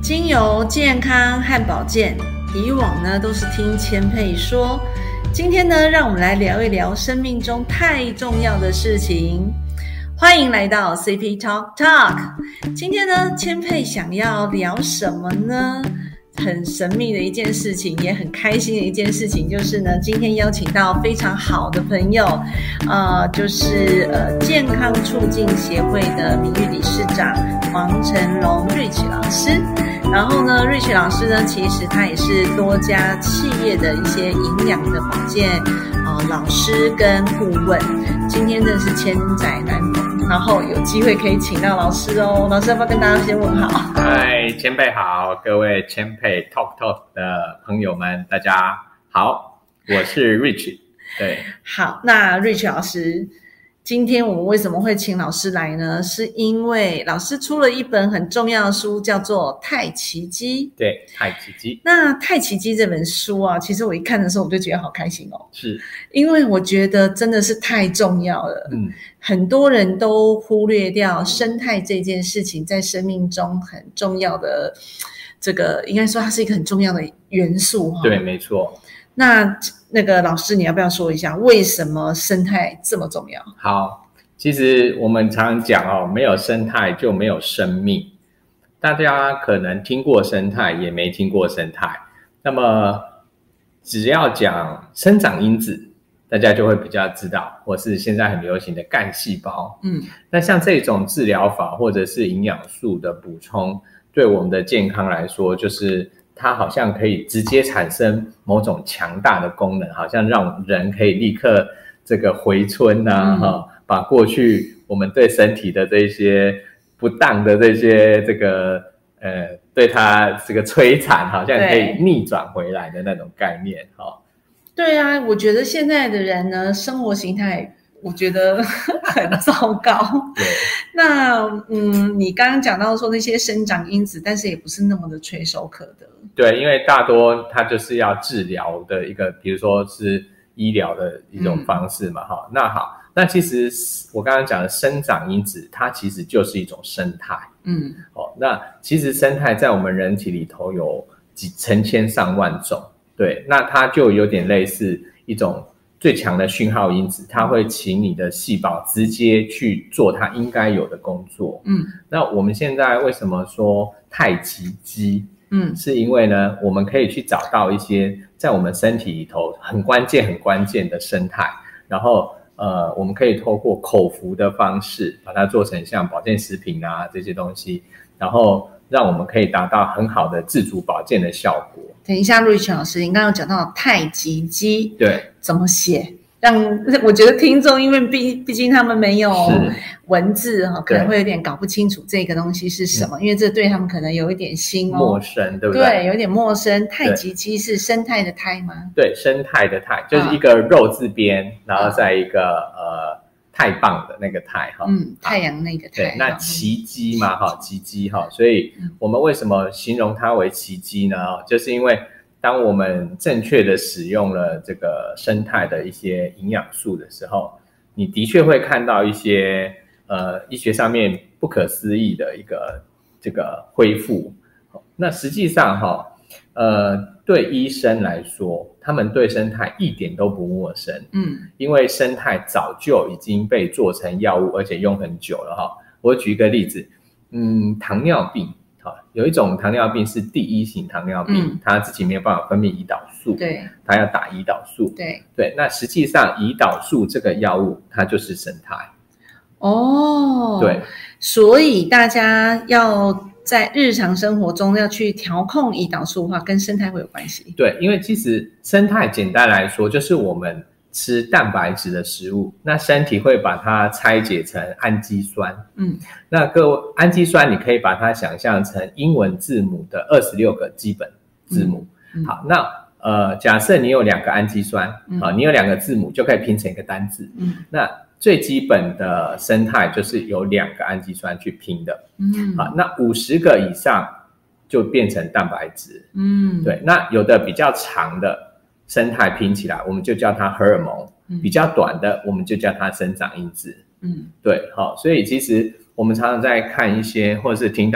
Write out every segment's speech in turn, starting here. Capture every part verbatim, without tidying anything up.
精油健康和保健，以往呢都是听千佩说，今天呢让我们来聊一聊生命中太重要的事情。欢迎来到 C P Talk Talk。 今天呢千佩想要聊什么呢？很神秘的一件事情，也很开心的一件事情，就是呢今天邀请到非常好的朋友，呃，就是呃健康促进协会的名誉理事长黄成龙 Rich 老师。然后呢 Rich 老师呢，其实他也是多家企业的一些营养的保健呃老师跟顾问。今天真的是千载难逢，然后有机会可以请到老师哦。老师要不要跟大家先问好？ 嗨，千佩好，各位千佩 Talk Talk 的朋友们，大家好，我是 Rich。对， 好，那 Rich 老师，今天我们为什么会请老师来呢？是因为老师出了一本很重要的书，叫做《太奇迹》。 对，太奇迹。 那《太奇迹》这本书啊，其实我一看的时候，我就觉得好开心哦。 是， 因为我觉得真的是太重要了。 嗯， 很多人都忽略掉生态这件事情在生命中很重要的，这个应该说它是一个很重要的元素。 对，没错。 那那个老师，你要不要说一下为什么生态这么重要？ 好，其实我们常常讲哦，没有生态就没有生命。大家可能听过生态，也没听过生态。那么只要讲生长因子，大家就会比较知道，或是现在很流行的干细胞。嗯，那像这种治疗法或者是营养素的补充，对我们的健康来说，就是它好像可以直接产生某种强大的功能，好像让人可以立刻这个回春啊，嗯，把过去我们对身体的这些不当的这些这个呃，对它这个摧残，好像可以逆转回来的那种概念。 对啊，我觉得现在的人呢，生活形态我觉得很糟糕。 对， 那嗯，你刚刚讲到说那些生长因子，但是也不是那么的垂手可得。 对，因为大多它就是要治疗的一个，比如说是医疗的一种方式嘛。嗯，那好，那其实我刚刚讲的生长因子，它其实就是一种生态。嗯，哦，那其实生态在我们人体里头有几成千上万种。对，那它就有点类似一种最强的讯号因子，它会请你的细胞直接去做它应该有的工作。嗯，那我们现在为什么说太极肌？嗯，是因为呢，我们可以去找到一些在我们身体里头很关键、很关键的生态，然后呃，我们可以透过口服的方式把它做成像保健食品啊这些东西，然后让我们可以达到很好的自主保健的效果。 等一下 Rich 老师，你刚刚有讲到太极肌， 对， 怎么写？让我觉得听众，因为毕毕竟他们没有文字，可能会有点搞不清楚这个东西是什么，因为这对他们可能有一点新哦， 陌生，对不对？ 对，有点陌生。太极肌是生态的态吗？ 对，生态的态，就是一个肉字边，嗯，然后再一个呃太棒的那个太哈， 嗯，太阳那个太。 对，那奇迹嘛哈，奇迹哈，所以我们为什么形容它为奇迹呢？就是因为当我们正确的使用了这个生态的一些营养素的时候，你的确会看到一些呃医学上面不可思议的一个这个恢复。那实际上哈，呃，对医生来说，他们对生态一点都不陌生。嗯，因为生态早就已经被做成药物，而且用很久了哈。我举一个例子，嗯，糖尿病。有一种糖尿病是第一型糖尿病，嗯，它自己没有办法分泌胰岛素， 对， 它要打胰岛素， 对对。那实际上胰岛素这个药物，它就是生态。 哦， 对， 所以大家要在日常生活中要去调控胰岛素的话，跟生态会有关系。 对，因为其实生态简单来说，就是我们吃蛋白质的食物，那身体会把它拆解成氨基酸。嗯，那各位氨基酸你可以把它想象成英文字母的二十六个基本字母。嗯嗯，好，那呃，假设你有两个氨基酸，嗯，好，你有两个字母就可以拼成一个单字。嗯，那最基本的生态就是有两个氨基酸去拼的。嗯，好，那五十个以上就变成蛋白质。嗯，对，那有的比较长的生态拼起来我们就叫它荷尔蒙，嗯，比较短的我们就叫它生长因子。嗯，对，好，所以其实我们常常在看一些或者是听到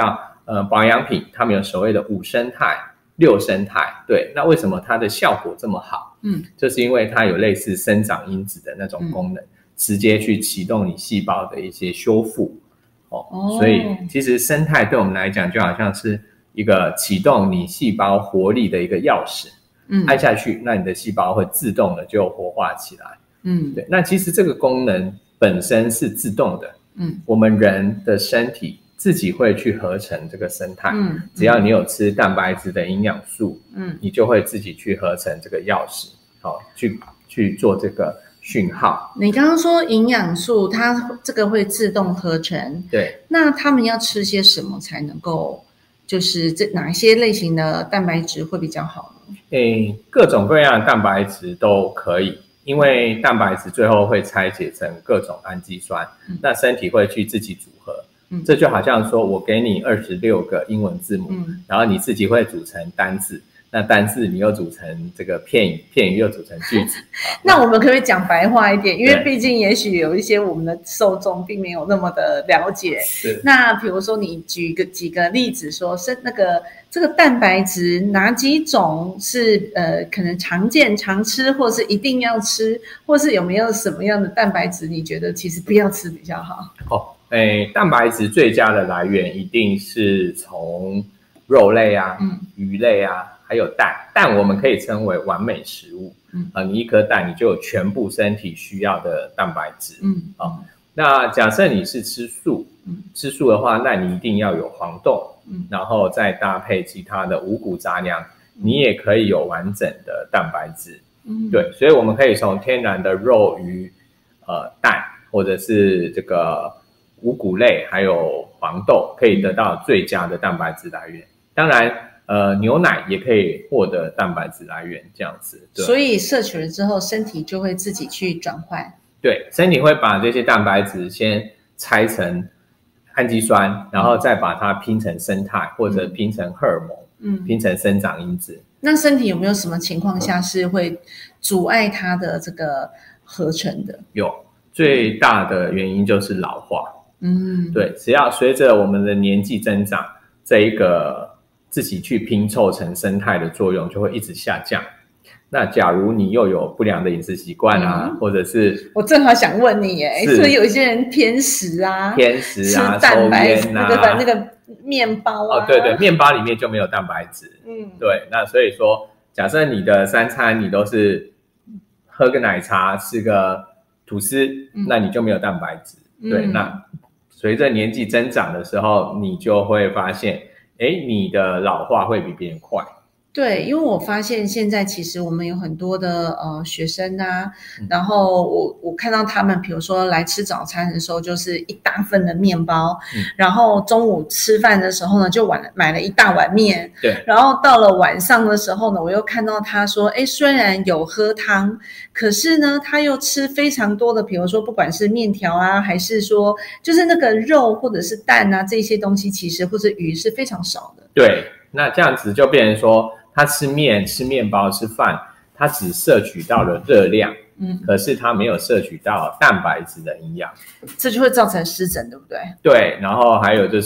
呃保养品，他们有所谓的五生态、六生态，对，那为什么它的效果这么好？嗯，就是因为它有类似生长因子的那种功能，嗯、直接去启动你细胞的一些修复。哦，哦所以其实生态对我们来讲就好像是一个启动你细胞活力的一个钥匙，嗯，按下去，那你的细胞会自动的就活化起来。嗯，对，那其实这个功能本身是自动的，嗯，我们人的身体自己会去合成这个生态，嗯，只要你有吃蛋白质的营养素，嗯，你就会自己去合成这个钥匙，好，去去做这个讯号。 你刚刚说营养素，它这个会自动合成， 对， 那他们要吃些什么才能够，就是这哪一些类型的蛋白质会比较好呢？ 诶，各种各样的蛋白质都可以。因为蛋白质最后会拆解成各种氨基酸，嗯、那身体会去自己组合，嗯、这就好像说我给你二十六个英文字母，嗯、然后你自己会组成单字，那单字你又组成这个片语，片语又组成句子。 那我们可不可以讲白话一点？因为毕竟也许有一些我们的受众并没有那么的了解。 是。 那比如说你举个几个例子说，是那个这个蛋白质哪几种是呃可能常见常吃，或是一定要吃，或是有没有什么样的蛋白质你觉得其实不要吃比较好？ 哦，诶，蛋白质最佳的来源一定是从肉类啊、嗯、鱼类啊，还有蛋。蛋我们可以称为完美食物，嗯，呃、你一颗蛋你就有全部身体需要的蛋白质，嗯，哦，那假设你是吃素，嗯，吃素的话，那你一定要有黄豆。嗯、然后再搭配其他的五谷杂粮，你也可以有完整的蛋白质。嗯，对，所以我们可以从天然的肉、鱼、呃蛋，或者是这个五谷类，还有黄豆，可以得到最佳的蛋白质来源。当然，呃，牛奶也可以获得蛋白质来源，这样子。对， 所以摄取了之后，身体就会自己去转换。 对，身体会把这些蛋白质先拆成氨基酸，然后再把它拼成生态，或者拼成荷尔蒙，嗯，拼成生长因子。 那身体有没有什么情况下是会阻碍它的这个合成的？ 有，最大的原因就是老化。嗯，对，只要随着我们的年纪增长，这一个自己去拼凑成生态的作用就会一直下降。那假如你又有不良的饮食习惯啊，嗯、或者是我正好想问你耶，所以有一些人偏食啊， 偏食啊， 吃蛋白抽烟啊， 那个那个面包啊， 哦，对对，面包里面就没有蛋白质，嗯，对，那所以说，假设你的三餐你都是喝个奶茶，吃个吐司，嗯、那你就没有蛋白质，嗯、对，那随着年纪增长的时候，你就会发现，哎，你的老化会比别人快。 对，因为我发现现在其实我们有很多的呃学生啊，嗯、然后我我看到他们，比如说来吃早餐的时候，就是一大份的面包，嗯、然后中午吃饭的时候呢，就买买了一大碗面， 对， 然后到了晚上的时候呢，我又看到他说，哎，虽然有喝汤，可是呢，他又吃非常多的，比如说不管是面条啊，还是说就是那个肉或者是蛋啊这些东西，其实或者鱼是非常少的。 对，那这样子就变成说。他吃面、吃面包、吃饭，他只摄取到了热量，嗯，可是他没有摄取到蛋白质的营养， 这就会造成湿疹，对不对？ 对，然后还有就是，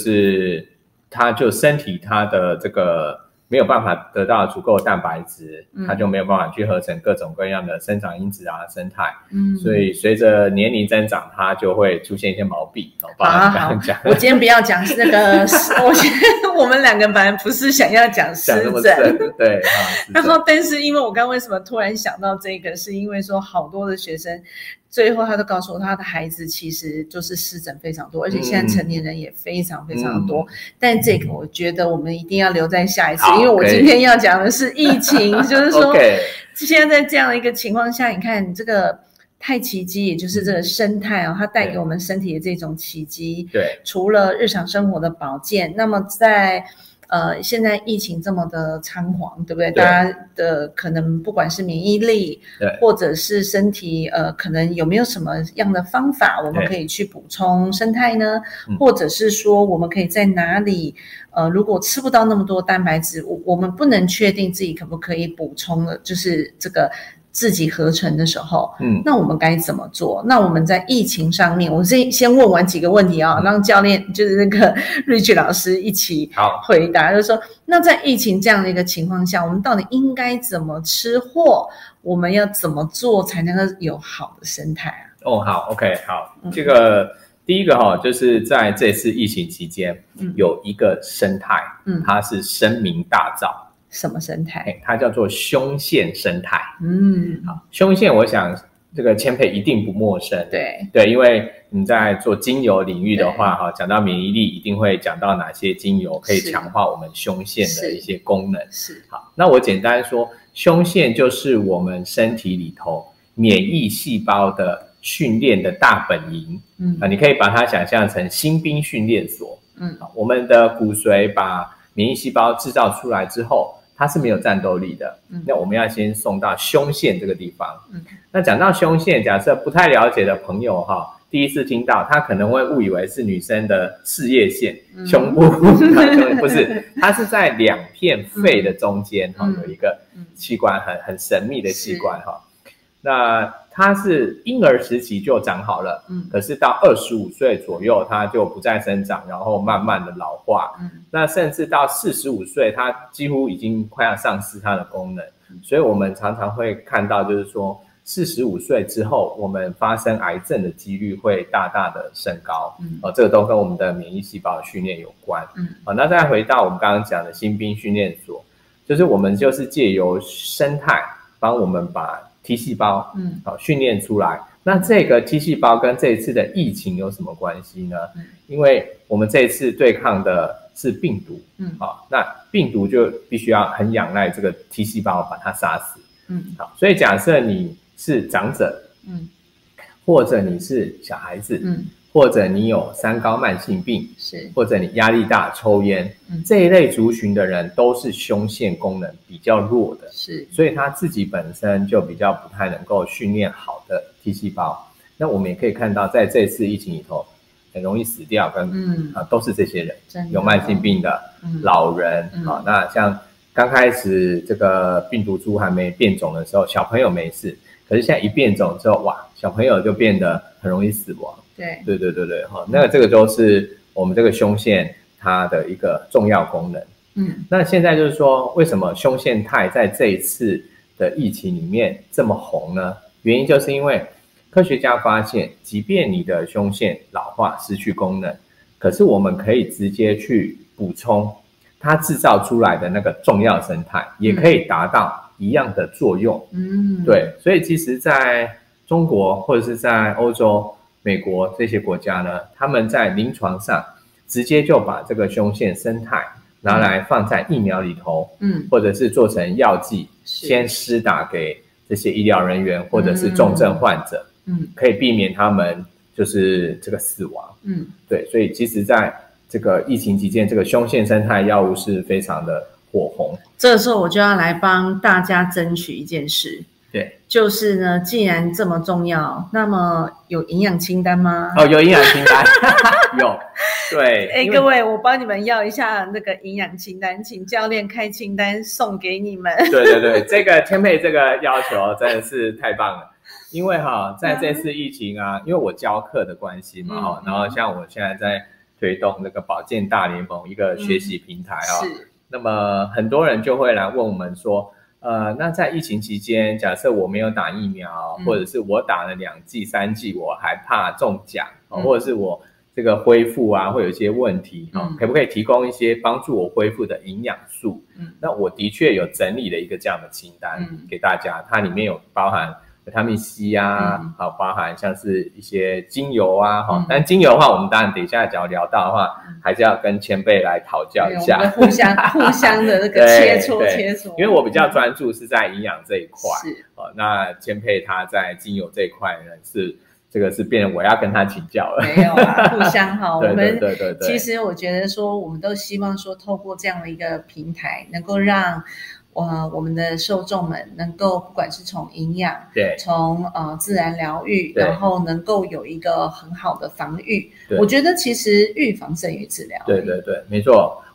他就身体他的这个没有办法得到足够的蛋白质，嗯、他就没有办法去合成各种各样的生长因子啊、生态，嗯，所以随着年龄增长，它就会出现一些毛病。 好好好，我今天不要讲那个，我我们两个本来不是想要讲湿疹， 对，啊、 然后但是因为我刚为什么突然想到这个，是因为说好多的学生。最后他都告诉我他的孩子其实就是湿疹非常多，而且现在成年人也非常非常多、嗯、但这个我觉得我们一定要留在下一次，因为我今天要讲的是疫情就是说现在在这样的一个情况下，你看你这个太奇迹，也就是这个生态哦，它带给我们身体的这种奇迹， 对， 除了日常生活的保健，那么在呃，现在疫情这么的猖狂，对不对？ 对， 大家的可能不管是免疫力， 对， 或者是身体，呃，可能有没有什么样的方法，我们可以去补充生态呢？或者是说，我们可以在哪里，呃，如果吃不到那么多蛋白质，我我们不能确定自己可不可以补充了，就是这个自己合成的时候， 嗯， 那我们该怎么做？那我们在疫情上面，我先先问完几个问题啊、哦，让教练就是那个 Rich 老师一起回答，就是说，那在疫情这样的一个情况下，我们到底应该怎么吃货？我们要怎么做才能够有好的生态啊？ 哦，好 ，OK， 好，嗯、这个第一个哈、哦，就是在这次疫情期间，嗯、有一个生态，嗯，它是声名大噪。 什么生态？ 它叫做胸腺生态。 嗯， 好，胸腺，我想这个千佩一定不陌生。 对对，因为你在做精油领域的话，哈，讲到免疫力，一定会讲到哪些精油可以强化我们胸腺的一些功能。 是， 好，那我简单说，胸腺就是我们身体里头免疫细胞的训练的大本营。嗯啊，你可以把它想象成新兵训练所。嗯，我们的骨髓把免疫细胞制造出来之后，它是没有战斗力的，嗯、那我们要先送到胸腺这个地方。嗯、那讲到胸腺，假设不太了解的朋友哈，第一次听到，他可能会误以为是女生的事业线，嗯、胸部，不是，它是在两片肺的中间哈、嗯，有一个器官很很神秘的器官哈。那它是婴儿时期就长好了，嗯，可是到二十五岁左右，它就不再生长，然后慢慢的老化，嗯，那甚至到四十五岁，它几乎已经快要丧失它的功能，嗯、所以我们常常会看到，就是说四十五岁之后，我们发生癌症的几率会大大的升高，嗯，哦，这个都跟我们的免疫细胞的训练有关，嗯，哦，那再回到我们刚刚讲的新兵训练所，就是我们就是借由生态帮我们把T 细胞，嗯，好、哦、训练出来。那这个 T 细胞跟这一次的疫情有什么关系呢？嗯、因为我们这一次对抗的是病毒，嗯，好、哦，那病毒就必须要很仰赖这个 T 细胞把它杀死，嗯，好，所以假设你是长者，嗯，或者你是小孩子，嗯，或者你有三高慢性病，是，或者你压力大、抽烟，嗯，这一类族群的人都是胸腺功能比较弱的，是，所以他自己本身就比较不太能够训练好的 T 细胞。那我们也可以看到，在这次疫情里头，很容易死掉跟嗯啊都是这些人，有慢性病的、嗯、老人、嗯、啊。那像刚开始这个病毒株还没变种的时候，小朋友没事，可是现在一变种之后，哇，小朋友就变得很容易死亡。对对对对对，哈，那这个就是我们这个胸腺它的一个重要功能。嗯，那现在就是说，为什么胸腺肽在这一次的疫情里面这么红呢？原因就是因为科学家发现，即便你的胸腺老化失去功能，可是我们可以直接去补充它制造出来的那个重要生态，也可以达到一样的作用。嗯，对，所以其实在中国或者是在欧洲、美国这些国家呢，他们在临床上直接就把这个胸腺生态拿来放在疫苗里头，嗯，或者是做成药剂，先施打给这些医疗人员或者是重症患者，嗯，可以避免他们就是这个死亡，嗯，对，所以其实在这个疫情期间，这个胸腺生态药物是非常的火红。 这个时候我就要来帮大家争取一件事。 对， 就是呢，既然这么重要，那么有营养清单吗？ 哦，有营养清单，有，对。 哎，各位，我帮你们要一下那个营养清单，请教练开清单送给你们。 对对对，这个千佩这个要求真的是太棒了，因为哈，在这次疫情啊，因为我教课的关系嘛，哈、嗯，然后像我现在在推动那个保健大联盟一个学习平台啊、嗯，是。那么很多人就会来问我们说。呃，那在疫情期间，假设我没有打疫苗，嗯、或者是我打了两剂、三剂，我还怕中奖、嗯，或者是我这个恢复啊会有一些问题、嗯哦、可不可以提供一些帮助我恢复的营养素？嗯，那我的确有整理了一个这样的清单给大家，它里面有包含维他命 C 啊，嗯、好，包含像是一些精油啊，哈、嗯，但精油的话，我们当然等一下只要聊到的话，嗯、还是要跟前辈来讨教一下， 我们互相互相的那个切磋切磋。 因为我比较专注是在营养这一块，是哦，那前辈他在精油这一块呢是。这个是变成我要跟他请教了， 没有啊，互相哈。我们对对对对， 其实我觉得说，我们都希望说，透过这样的一个平台，能够让呃我们的受众们能够，不管是从营养，对，从呃自然疗愈，然后能够有一个很好的防御。我觉得其实预防胜于治疗。 对对对，没错。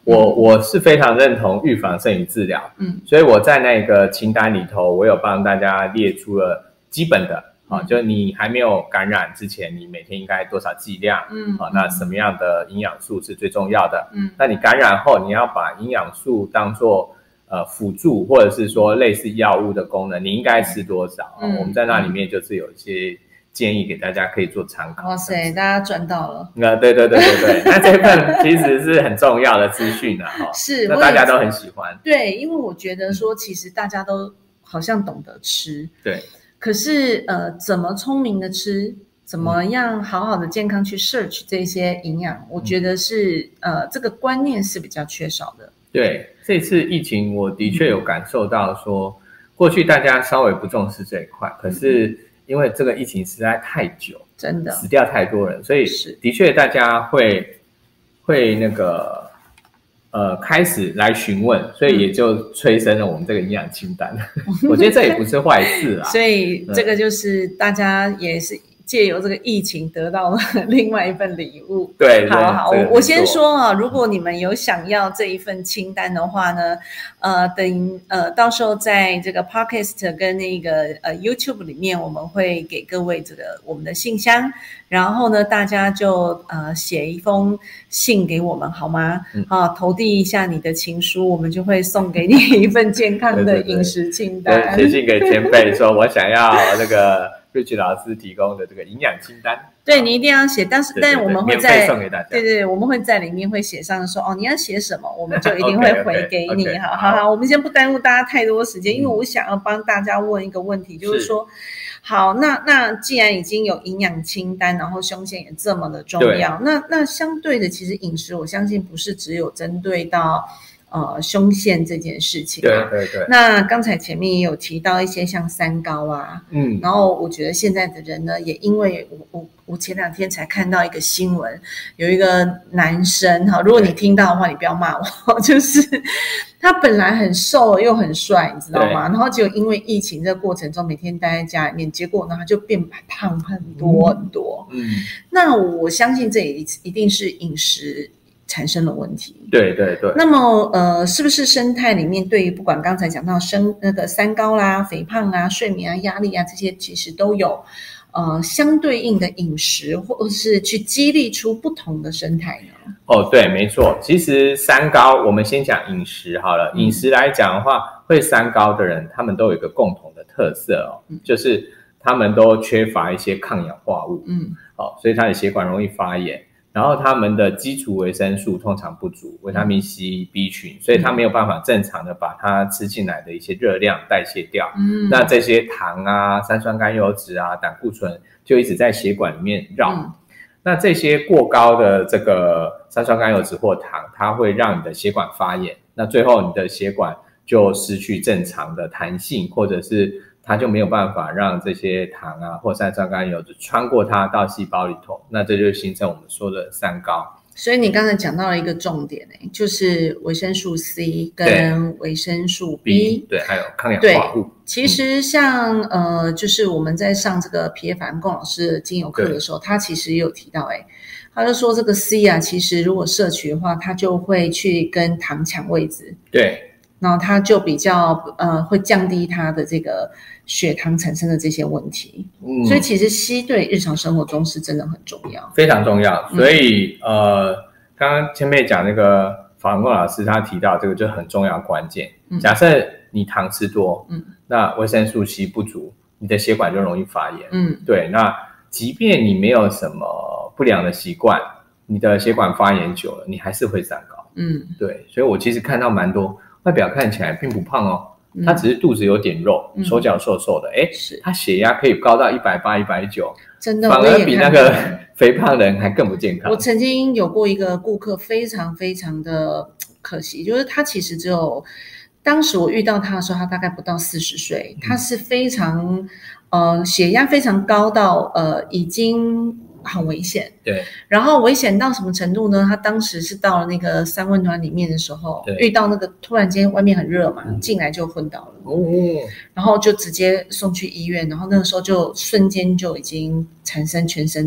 我我是非常认同预防胜于治疗，嗯，所以我在那个清单里头，我有帮大家列出了基本的，啊，就你还没有感染之前，你每天应该多少剂量，嗯，啊，那什么样的营养素是最重要的，嗯，那你感染后，你要把营养素当作呃辅助或者是说类似药物的功能，你应该吃多少？嗯，我们在那里面就是有一些建议给大家可以做参考。 哇塞，大家赚到了！ 那对对对对对，那这份其实是很重要的资讯啊，哈， 是， 那大家都很喜欢。 对，因为我觉得说，其实大家都好像懂得吃， 对， 可是呃，怎么聪明的吃，怎么样好好的健康去 search 这些营养，嗯、我觉得是呃这个观念是比较缺少的。 对，这次疫情我的确有感受到说，过去大家稍微不重视这一块，可是因为这个疫情实在太久， 真的死掉太多人，所以的确大家会会那个呃开始来询问，所以也就催生了我们这个营养清单。我觉得这也不是坏事啦。 所以这个就是大家也是借由这个疫情得到了另外一份礼物。 对， 好好，我我先说啊，如果你们有想要这一份清单的话呢，呃，等呃到时候在这个 Podcast 跟那个呃 YouTube 里面，我们会给各位这个我们的信箱，然后呢，大家就呃写一封信给我们好吗？嗯、啊，投递一下你的情书，我们就会送给你一份健康的饮食清单。 写信给前辈说，我想要那个Rich 老师提供的这个营养清单， 对，你一定要写，但是但我们会在免费送给大家， 对对，我们会在里面会写上说哦，你要写什么，我们就一定会回给你。 okay, okay, 好好好，我们先不耽误大家太多时间，因为我想要帮大家问一个问题，嗯、就是说，好，那那既然已经有营养清单，然后胸腺也这么的重要，那那相对的，其实饮食我相信不是只有针对到。呃，胸腺这件事情、 啊，对对对。 那刚才前面也有提到一些像三高啊，嗯，然后我觉得现在的人呢，也因为我我我前两天才看到一个新闻，有一个男生哈，如果你听到的话，你不要骂我，就是他本来很瘦又很帅，你知道吗？然后结果因为疫情这个过程中，每天待在家里面，结果呢他就变胖很多很多，嗯，那我相信这也一定是饮食产生了问题。 对对对。 那么呃，是不是生态里面对于不管刚才讲到生那个三高啦、肥胖啊、睡眠啊、压力啊这些，其实都有呃相对应的饮食，或者是去激励出不同的生态呢？ 哦，对，没错。其实三高，我们先讲饮食好了。饮食来讲的话，会三高的人，他们都有一个共同的特色哦，嗯、就是他们都缺乏一些抗氧化物，嗯，哦，所以他的血管容易发炎。然后他们的基础维生素通常不足，维他命 C、B 群，所以他没有办法正常的把它吃进来的一些热量代谢掉。嗯，那这些糖啊、三酸甘油脂啊、胆固醇就一直在血管里面绕。嗯、那这些过高的这个三酸甘油脂或糖，它会让你的血管发炎，那最后你的血管就失去正常的弹性，或者是它就没有办法让这些糖啊或三酸甘油脂穿过它到细胞里头，那这就形成我们说的三高。 所以你刚才讲到了一个重点、欸、就是维生素 C 跟维生素 B， 对， 对，还有抗氧化物。 其实像、嗯、呃，就是我们在上这个皮耶法恩贡老师的精油课的时候，他其实也有提到、欸，他就说这个 C 啊，其实如果摄取的话，它就会去跟糖抢位置。 对。 然后它就比较呃会降低它的这个血糖产生的这些问题，嗯，所以其实硒对日常生活中是真的很重要， 非常重要。所以、嗯、呃，刚刚前面讲那个法恩贡老师他提到这个就很重要关键。嗯、假设你糖吃多，嗯，那维生素 C 不足，你的血管就容易发炎，嗯，对。那即便你没有什么不良的习惯，你的血管发炎久了，你还是会三高，嗯，对。所以我其实看到蛮多。外表看起来并不胖哦，他只是肚子有点肉，嗯、手脚瘦瘦的，哎，他血压可以高到一百八、一百九， 真的， 反而比那个肥胖人还更不健康。 我曾经有过一个顾客，非常非常的可惜，就是他其实只有，当时我遇到他的时候，他大概不到四十岁，他是非常呃血压非常高到呃已经。很危险， 对。 然后危险到什么程度呢？他当时是到了那个三温暖里面的时候，遇到那个突然间外面很热嘛，嗯、进来就昏倒了，哦，然后就直接送去医院，然后那个时候就瞬间就已经产生全身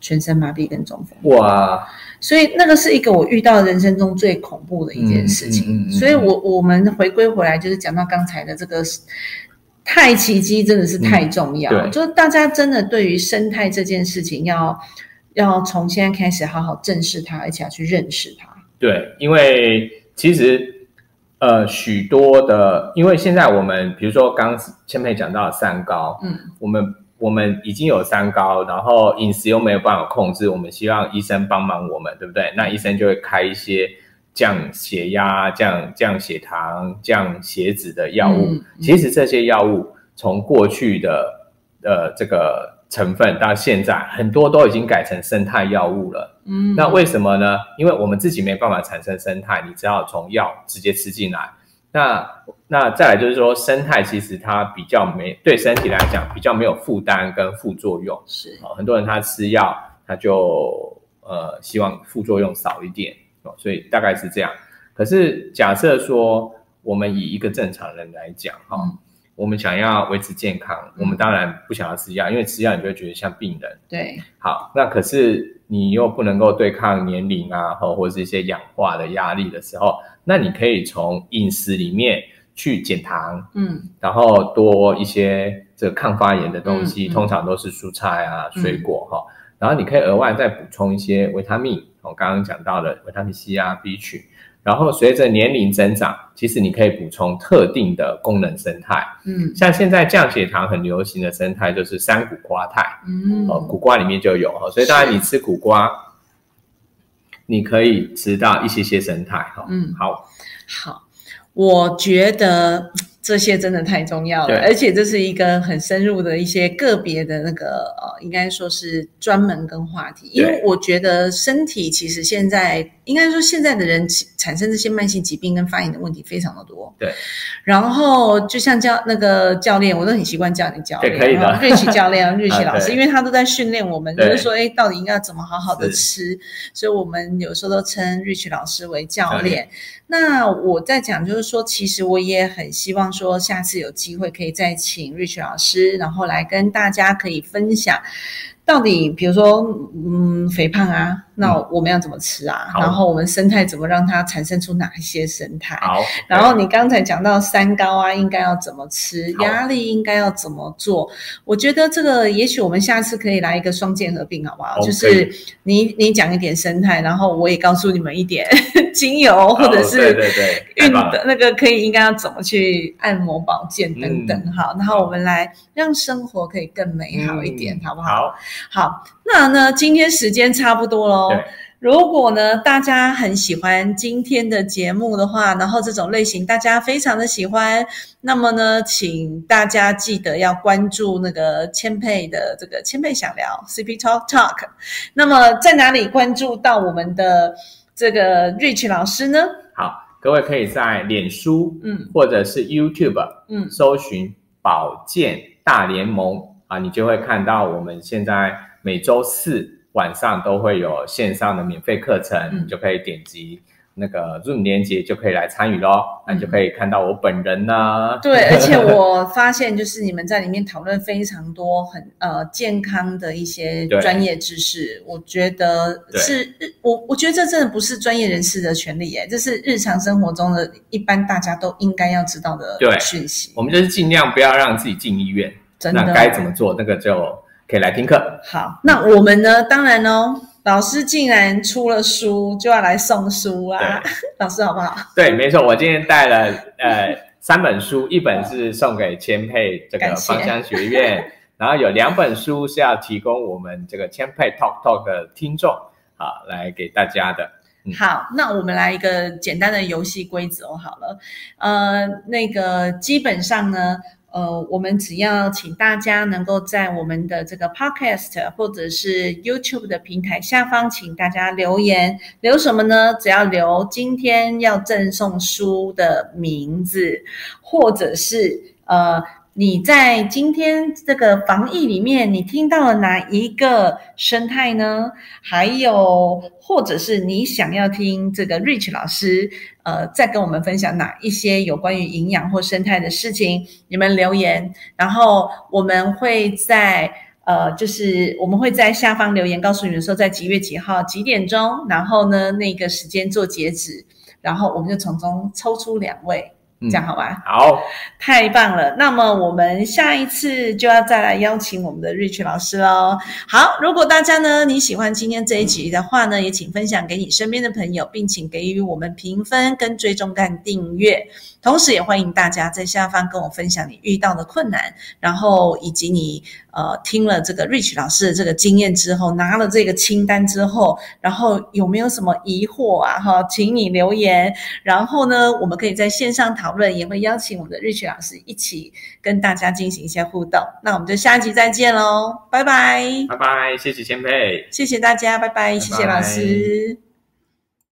全身麻痹跟中风。 哇！ 所以那个是一个我遇到人生中最恐怖的一件事情。嗯嗯嗯嗯、所以我我们回归回来，就是讲到刚才的这个太奇迹真的是太重要，嗯、就是大家真的对于生态这件事情要要从现在开始好好正视它，而且要去认识它。对， 因为其实呃许多的，因为现在我们比如说刚千佩讲到三高，嗯，我们。我们已经有三高，然后饮食又没有办法控制，我们希望医生帮忙我们，对不对？那医生就会开一些降血压、降降血糖、降血脂的药物。嗯嗯、其实这些药物从过去的呃这个成分到现在，很多都已经改成生态药物了。嗯，那为什么呢？因为我们自己没办法产生生态，你只好从药直接吃进来。那那再来就是说，生态其实它比较没对身体来讲比较没有负担跟副作用，是、哦、很多人他吃药他就呃希望副作用少一点、哦、所以大概是这样。可是假设说我们以一个正常人来讲哈、哦嗯，我们想要维持健康，我们当然不想要吃药，因为吃药你就会觉得像病人。对，好，那可是你又不能够对抗年龄啊，或者是一些氧化的压力的时候，那你可以从饮食里面去减糖，嗯，然后多一些这个抗发炎的东西，嗯嗯、通常都是蔬菜啊、水果哈、嗯，然后你可以额外再补充一些维他命，我刚刚讲到的维他命 C 啊、B 群。然后随着年龄增长，其实你可以补充特定的功能生态，嗯，像现在降血糖很流行的生态就是山谷瓜肽，嗯，哦，苦瓜里面就有，所以当然你吃苦瓜，你可以吃到一些些生态，嗯，好，好，我觉得这些真的太重要了，而且这是一个很深入的一些个别的那个呃，应该说是专门跟话题，因为我觉得身体其实现在应该说现在的人产生这些慢性疾病跟发炎的问题非常的多，对。然后就像教那个教练，我都很习惯叫你教练，可以的，瑞奇教练、瑞奇老师，因为他都在训练我们，就是说，哎，到底应该怎么好好的吃，所以我们有时候都称瑞奇老师为教练。那我在讲就是说，其实我也很希望说，下次有机会可以再请 Rich 老师，然后来跟大家可以分享，到底比如说，嗯，肥胖啊，那我们要怎么吃啊？嗯、然后我们生态怎么让它产生出哪一些生态？好，然后你刚才讲到三高啊，应该要怎么吃？压力应该要怎么做？我觉得这个也许我们下次可以来一个双剑合并，好不好？哦、就是你你讲一点生态，然后我也告诉你们一点精油，或者是对对对运的那个可以应该要怎么去按摩保健等等，嗯、好，然后我们来让生活可以更美好一点，嗯、好不好？好。好，那呢，今天时间差不多咯。如果呢大家很喜欢今天的节目的话，然后这种类型大家非常的喜欢，那么呢请大家记得要关注那个千佩的这个千佩想聊 C P Talk Talk。 那么在哪里关注到我们的这个 Rich 老师呢？好，各位可以在脸书嗯或者是 YouTube 嗯搜寻保健大联盟啊，你就会看到我们现在每周四晚上都会有线上的免费课程，嗯、你就可以点击那个 Zoom 连结就可以来参与咯，那你就可以看到我本人啊。对，而且我发现就是你们在里面讨论非常多很呃健康的一些专业知识，我觉得是我我觉得这真的不是专业人士的权利耶，这是日常生活中的一般大家都应该要知道的讯息。我们就是尽量不要让自己进医院，真的那该怎么做那个就可以来听课。好，那我们呢当然哦，老师竟然出了书就要来送书啊，老师好不好？对，没错，我今天带了呃三本书，一本是送给千佩这个芳香学院，然后有两本书是要提供我们这个千佩 Talk Talk 的听众啊来给大家的。嗯、好，那我们来一个简单的游戏规则好了，呃，那个基本上呢。呃，我们只要请大家能够在我们的这个 podcast 或者是 YouTube 的平台下方，请大家留言，留什么呢？只要留今天要赠送书的名字，或者是呃你在今天这个防疫里面你听到了哪一个生态呢？还有或者是你想要听这个 Rich 老师呃再跟我们分享哪一些有关于营养或生态的事情，你们留言，然后我们会在呃，就是我们会在下方留言告诉你们说在几月几号几点钟，然后呢那个时间做截止，然后我们就从中抽出两位。这样好吧？ 好， 太棒了。那么我们下一次就要再来邀请我们的 Rich 老师咯。好，如果大家呢你喜欢今天这一集的话呢，也请分享给你身边的朋友，并请给予我们评分跟追踪跟订阅。同时也欢迎大家在下方跟我分享你遇到的困难，然后以及你呃听了这个 Rich 老师的这个经验之后，拿了这个清单之后，然后有没有什么疑惑啊哈，请你留言。然后呢我们可以在线上讨论，也会邀请我们的 Rich 老师一起跟大家进行一些互动。那我们就下集再见咯，拜拜。 拜拜，谢谢千佩， 谢谢大家，拜拜，谢谢老师。